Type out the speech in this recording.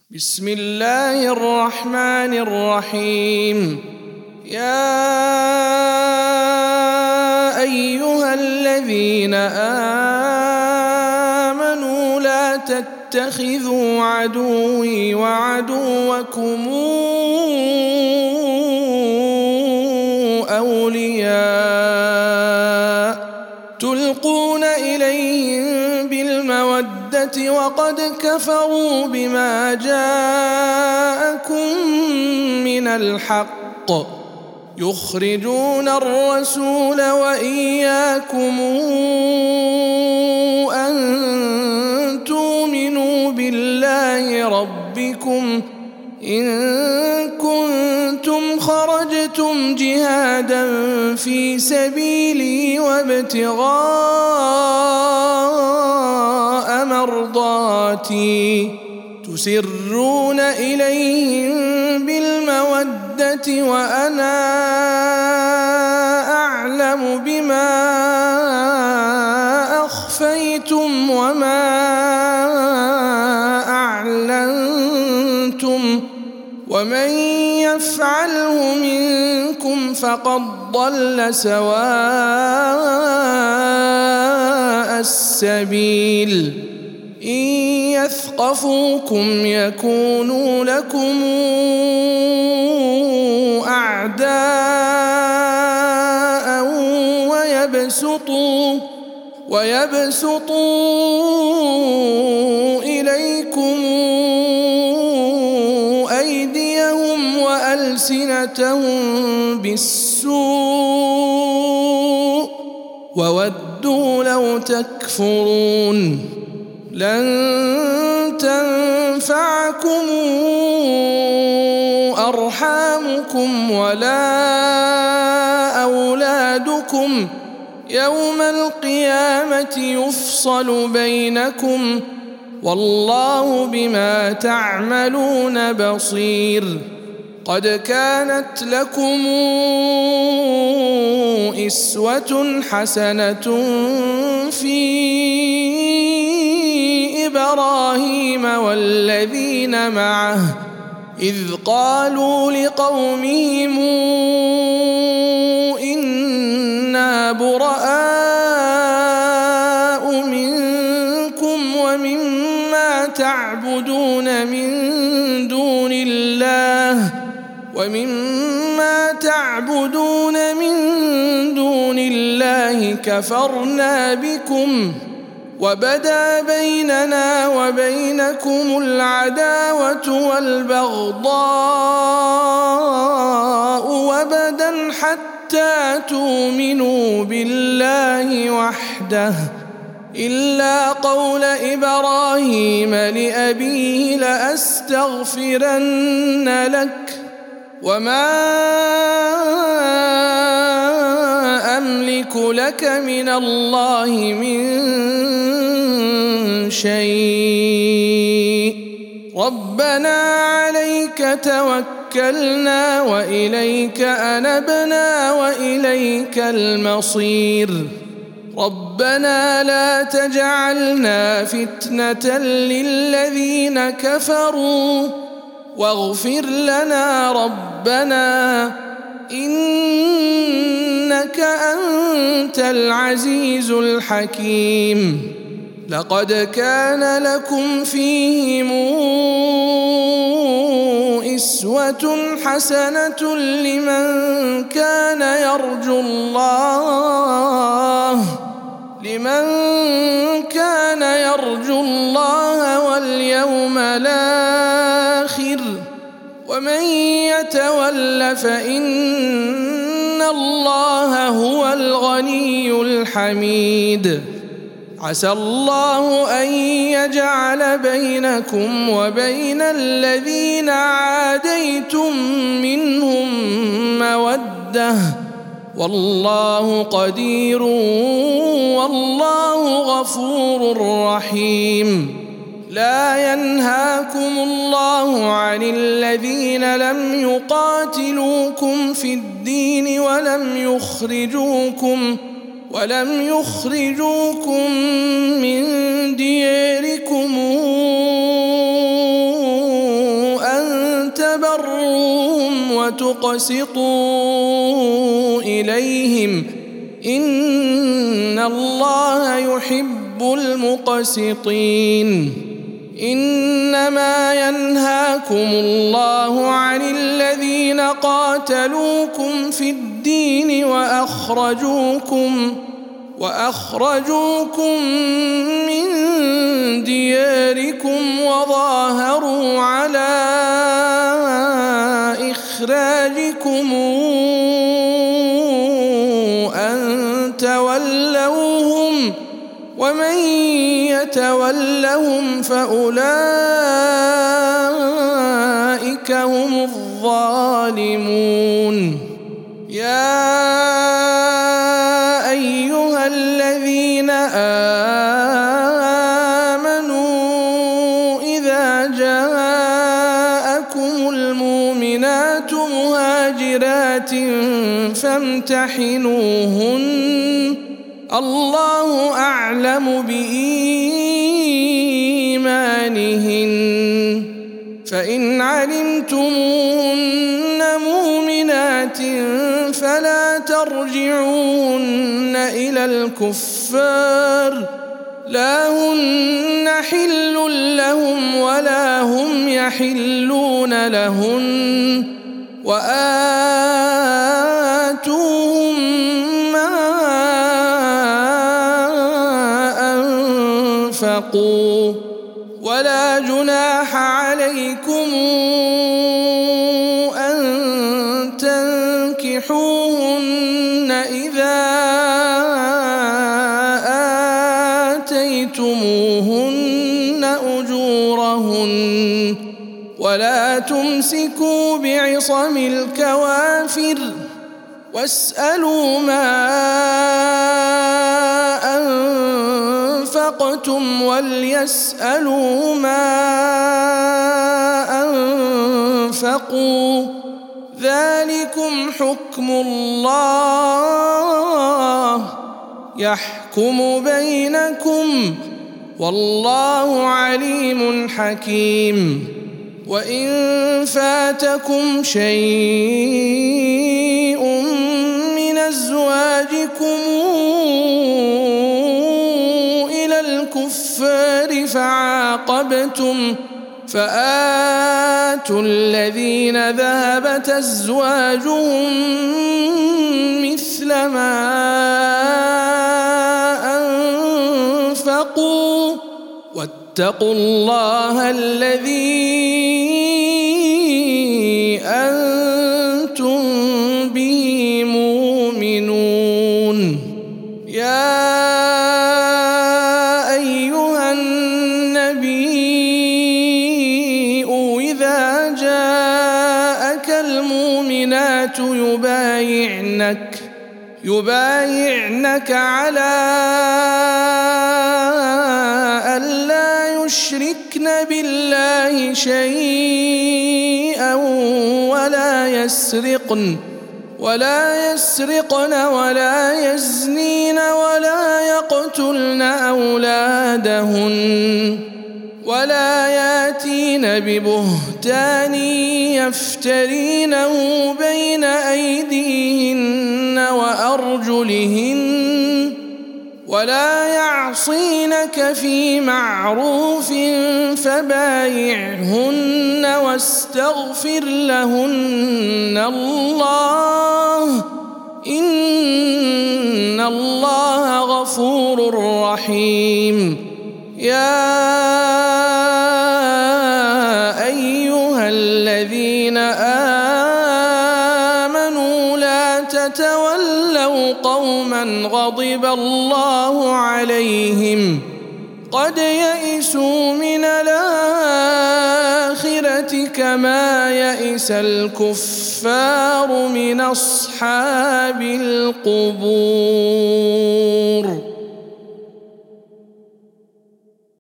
بسم الله الرحمن الرحيم. يا أيها الذين آمنوا لا تتخذوا عدوي وعدوكم أولياء تلقون إليهم بالمودة وقد كفروا بما جاءكم من الحق يخرجون الرسول وإياكم أن تؤمنوا بالله ربكم إن كنتم خرجتم جهادا في سبيلي وابتغاء مرضاتي تسرون إليهم بالمودة وأنا أعلم بما أخفيتم وما أعلنتم ومن يفعله منكم فقد ضل سواء السبيل. إن يثقفوكم يكونوا لكم أعداء ويبسطوا إليكم أيديهم وألسنتهم بالسوء وودوا لو تكفرون. لن تنفعكم أرحامكم ولا أولادكم يوم القيامة يفصل بينكم والله بما تعملون بصير. قد كانت لكم أسوة حسنة في إبراهيم والذين معه إذ قالوا لقومهم إنا براء منكم ومما تعبدون من دون الله كفرنا بكم وبدا بيننا وبينكم العداوة والبغضاء أبدا حتى تؤمنوا بالله وحده إلا قول إبراهيم لأبيه لأستغفرن لك وما أملك لك من الله من شيء ربنا عليك توكلنا وإليك أنبنا وإليك المصير. ربنا لا تجعلنا فتنة للذين كفروا واغفر لنا ربنا إنك أنت العزيز الحكيم. لقد كان لكم فيهم أسوة حسنة لمن كان يرجو الله واليوم الآخر ومن يتول فإن الله هو الغني الحميد. عسى الله أن يجعل بينكم وبين الذين عاديتم منهم مودة والله قدير والله غفور رحيم. لا ينهاكم الله عن الذين لم يقاتلوكم في الدين ولم يخرجوكم من دياركم وتقسطوا إليهم إن الله يحب المقسطين. إنما ينهاكم الله عن الذين قاتلوكم في الدين وأخرجوكم من دياركم وظاهروا على إخراجكم أن تولوهم ومن يتولهم فأولئك هم الظالمون. يا أيها الذين آمنوا إذا جاءكم المؤمنات مهاجرات فامتحنوهن الله أعلم بإيمانهن فإن علمتموهن مؤمنات فلا ترجعوهن إلى الكفار لا هن حل لهم ولا هم يحلون لهن وآتوهم ما أنفقوا ولا جناح عليكم أن تنكحوهن إذا آتيتموهن أجورهن ولا تمسكوا بعصم الكوافر واسألوا ما أنفقتم وليسألوا ما أنفقوا ذلكم حكم الله يحكم بينكم والله عليم حكيم. وإن فاتكم شيء من أزواجكم إلى الكفار فعاقبتم فآتوا الذين ذهبت أزواجهم مثل ما أنفقوا واتقوا الله الذي أنتم به مؤمنون. يا أيها النبي إذا جاءك المؤمنات يبايعنك على ألا يشركن بالله شيئا ولا يسرقن ولا يزنين ولا يقتلن أولادهن ولا ياتين ببهتان يفترينه بين أيديهن وأرجلهن ولا يعصينك في معروف فبايعهن واستغفر لهن الله إن الله غفور رحيم. يا أيها الذين آمنوا لا تتولوا قوما غضب الله عليهم قد يئسوا من الآخرة كما يئس الكفار من أصحاب القبور.